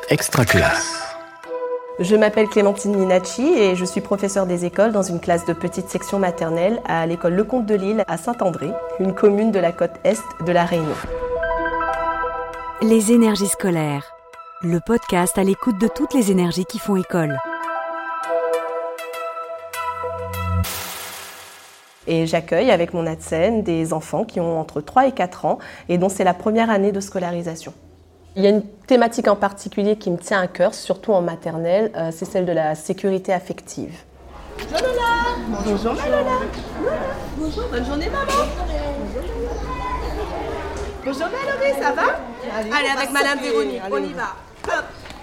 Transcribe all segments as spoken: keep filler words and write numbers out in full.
Extra classe. Je m'appelle Clémentine Minacci et je suis professeure des écoles dans une classe de petite section maternelle à l'école Lecomte de Lille à Saint-André, une commune de la côte est de la Réunion. Les énergies scolaires, le podcast à l'écoute de toutes les énergies qui font école. Et j'accueille avec mon A T S E N des enfants qui ont entre trois et quatre ans et dont c'est la première année de scolarisation. Il y a une thématique en particulier qui me tient à cœur, surtout en maternelle, euh, c'est celle de la sécurité affective. Bonjour Lola. Bonjour Lola. Bonjour, bonne journée maman. Bonjour Valérie, ça va? Allez, Allez avec Madame Véronique, on y va. Hop.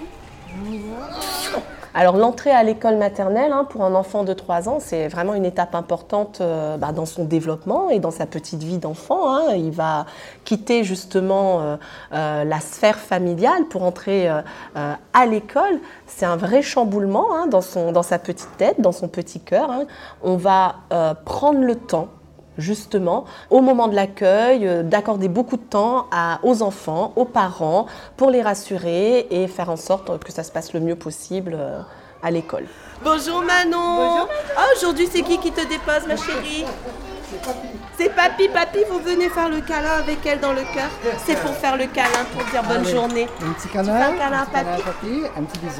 Alors l'entrée à l'école maternelle, hein, pour un enfant de trois ans, c'est vraiment une étape importante euh, bah, dans son développement et dans sa petite vie d'enfant. Hein. Il va quitter justement euh, euh, la sphère familiale pour entrer euh, euh, à l'école. C'est un vrai chamboulement hein, dans, son, dans sa petite tête, dans son petit cœur. Hein. On va euh, prendre le temps, justement, au moment de l'accueil, euh, d'accorder beaucoup de temps à, aux enfants, aux parents, pour les rassurer et faire en sorte que ça se passe le mieux possible euh, à l'école. Bonjour Manon. Bonjour Manon. Ah, aujourd'hui, c'est qui qui te dépose, ma chérie? C'est Papy. Papy, vous venez faire le câlin avec elle dans le cœur. C'est pour faire le câlin, pour dire bonne Allez, journée. Un petit câlin, un câlin à petit câlin Papy. à Papy, un petit bisou.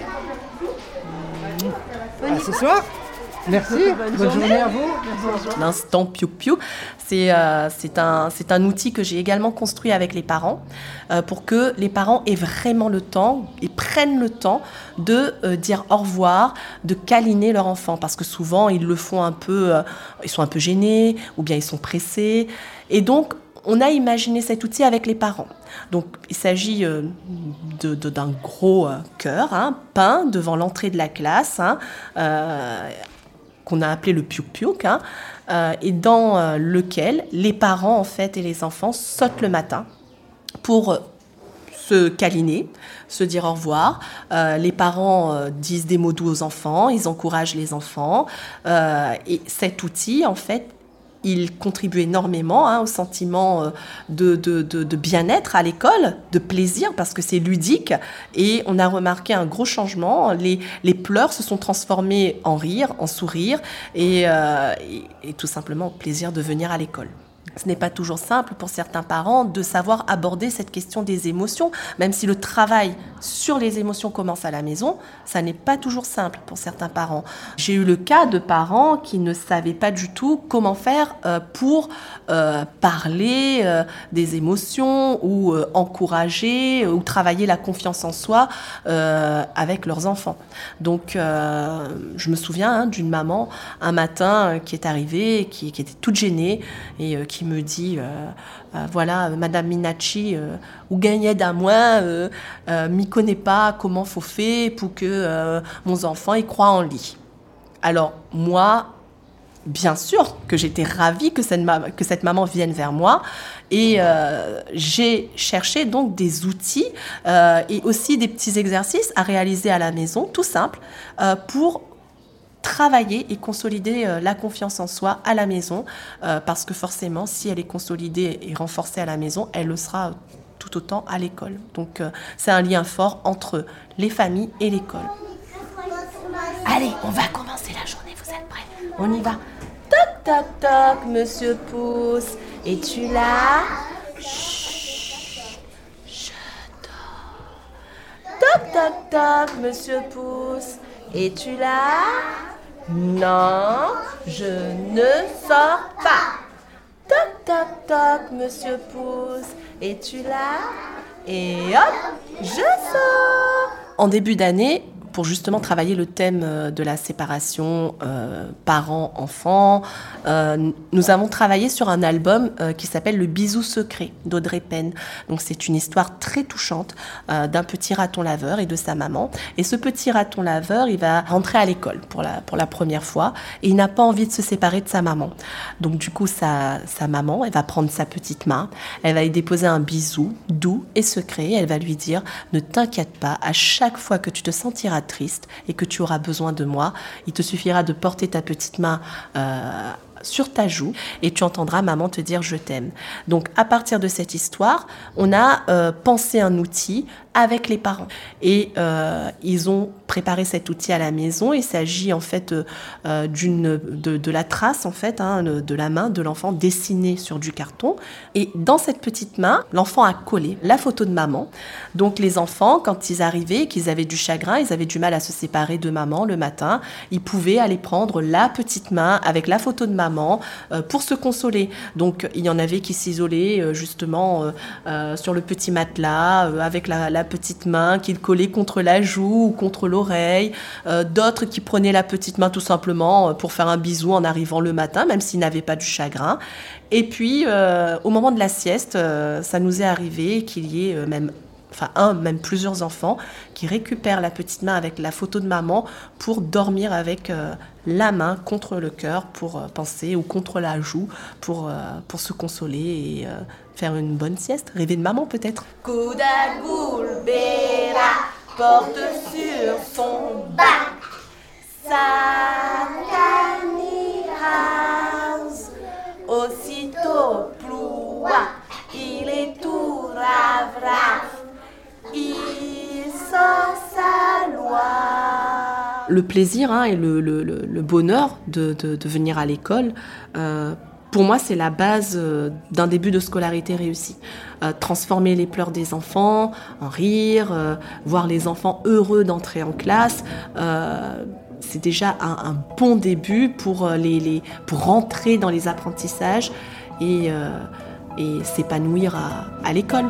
Allez. À ce soir. Merci, bonne, bonne journée. journée à vous. Merci. L'instant Piou Piou, c'est, euh, c'est, un, c'est un outil que j'ai également construit avec les parents euh, pour que les parents aient vraiment le temps et prennent le temps de euh, dire au revoir, de câliner leur enfant parce que souvent ils le font un peu, euh, ils sont un peu gênés ou bien ils sont pressés et donc on a imaginé cet outil avec les parents. Donc, il s'agit euh, de, de, d'un gros euh, cœur hein, peint devant l'entrée de la classe, hein, euh, qu'on a appelé le piouk-piouk, hein, euh, et dans euh, lequel les parents en fait, et les enfants sautent le matin pour euh, se câliner, se dire au revoir. Euh, les parents euh, disent des mots doux aux enfants, ils encouragent les enfants. Euh, et cet outil, en fait, il contribue énormément hein, au sentiment euh, de, de, de, de bien-être à l'école, de plaisir, parce que c'est ludique. Et on a remarqué un gros changement. Les, les pleurs se sont transformés en rire, en sourire, et, euh, et, et tout simplement au plaisir de venir à l'école. Ce n'est pas toujours simple pour certains parents de savoir aborder cette question des émotions, même si le travail sur les émotions commence à la maison, ça n'est pas toujours simple pour certains parents. J'ai eu le cas de parents qui ne savaient pas du tout comment faire euh, pour euh, parler euh, des émotions ou euh, encourager euh, ou travailler la confiance en soi euh, avec leurs enfants. Donc, euh, je me souviens hein, d'une maman un matin euh, qui est arrivée, qui, qui était toute gênée et euh, qui me dit euh, euh, voilà Madame Minacci euh, ou gagnait d'un moins euh, euh, m'y connaît pas comment faut faire pour que euh, mon enfant y croit en lui. Alors moi bien sûr que j'étais ravie que cette, ma- que cette maman vienne vers moi et euh, j'ai cherché donc des outils euh, et aussi des petits exercices à réaliser à la maison tout simple euh, pour travailler et consolider euh, la confiance en soi à la maison, euh, parce que forcément, si elle est consolidée et renforcée à la maison, elle le sera tout autant à l'école. Donc, euh, c'est un lien fort entre les familles et l'école. Allez, on va commencer la journée, vous êtes prêts? On y va. Toc, toc, toc, Monsieur Pouce, es-tu là? Chut, je dors. Toc, toc, toc, Monsieur Pouce, es-tu là? Non, je ne sors pas. Toc, toc, toc, Monsieur Pouce, es-tu là? Et hop, je sors. En début d'année, pour justement travailler le thème de la séparation euh, parents-enfants, euh, nous avons travaillé sur un album euh, qui s'appelle Le bisou secret d'Audrey Penn. Donc c'est une histoire très touchante euh, d'un petit raton laveur et de sa maman. Et ce petit raton laveur, il va rentrer à l'école pour la, pour la première fois et il n'a pas envie de se séparer de sa maman. Donc du coup, sa, sa maman, elle va prendre sa petite main, elle va lui déposer un bisou doux et secret. Elle va lui dire « Ne t'inquiète pas, à chaque fois que tu te sentiras triste et que tu auras besoin de moi, il te suffira de porter ta petite main euh, sur ta joue et tu entendras maman te dire je t'aime. Donc à partir de cette histoire, on a euh, pensé un outil avec les parents. Et euh, ils ont préparé cet outil à la maison. Il s'agit en fait euh, d'une, de, de la trace en fait, hein, de la main de l'enfant dessinée sur du carton. Et dans cette petite main, l'enfant a collé la photo de maman. Donc les enfants, quand ils arrivaient, qu'ils avaient du chagrin, ils avaient du mal à se séparer de maman le matin, ils pouvaient aller prendre la petite main avec la photo de maman euh, pour se consoler. Donc il y en avait qui s'isolaient euh, justement euh, euh, sur le petit matelas euh, avec la, la petite main qu'ils collaient contre la joue ou contre l'oreille. Euh, d'autres qui prenaient la petite main tout simplement euh, pour faire un bisou en arrivant le matin, même s'ils n'avaient pas du chagrin. Et puis euh, au moment de la sieste, euh, ça nous est arrivé qu'il y ait euh, même enfin un, même plusieurs enfants qui récupèrent la petite main avec la photo de maman pour dormir avec euh, la main contre le cœur pour euh, penser, ou contre la joue pour, euh, pour se consoler et euh, faire une bonne sieste, rêver de maman peut-être. Kudagoul Bera porte sur son bac Sakani House. Aussitôt ploua, il est tout rave-rave. Il sort sa loi. Le plaisir hein, et le, le, le bonheur de, de, de venir à l'école, euh, pour moi, c'est la base euh, d'un début de scolarité réussi. Euh, transformer les pleurs des enfants en rire, euh, voir les enfants heureux d'entrer en classe, euh, c'est déjà un, un bon début pour, les, les, pour rentrer dans les apprentissages et, euh, et s'épanouir à, à l'école.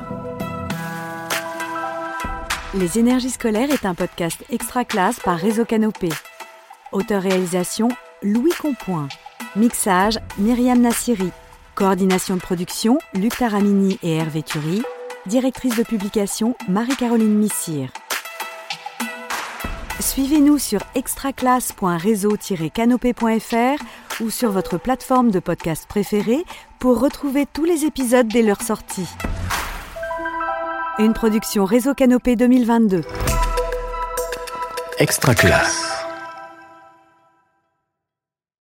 Les énergies scolaires est un podcast extra classe par Réseau Canopé. Auteur-réalisation Louis Compoint. Mixage Myriam Nassiri. Coordination de production Luc Taramini et Hervé Thury. Directrice de publication Marie-Caroline Missire. Suivez-nous sur extraclasse point réseau tiret canopé point f r ou sur votre plateforme de podcast préférée pour retrouver tous les épisodes dès leur sortie. Une production Réseau Canopé deux mille vingt-deux. Extra Classe.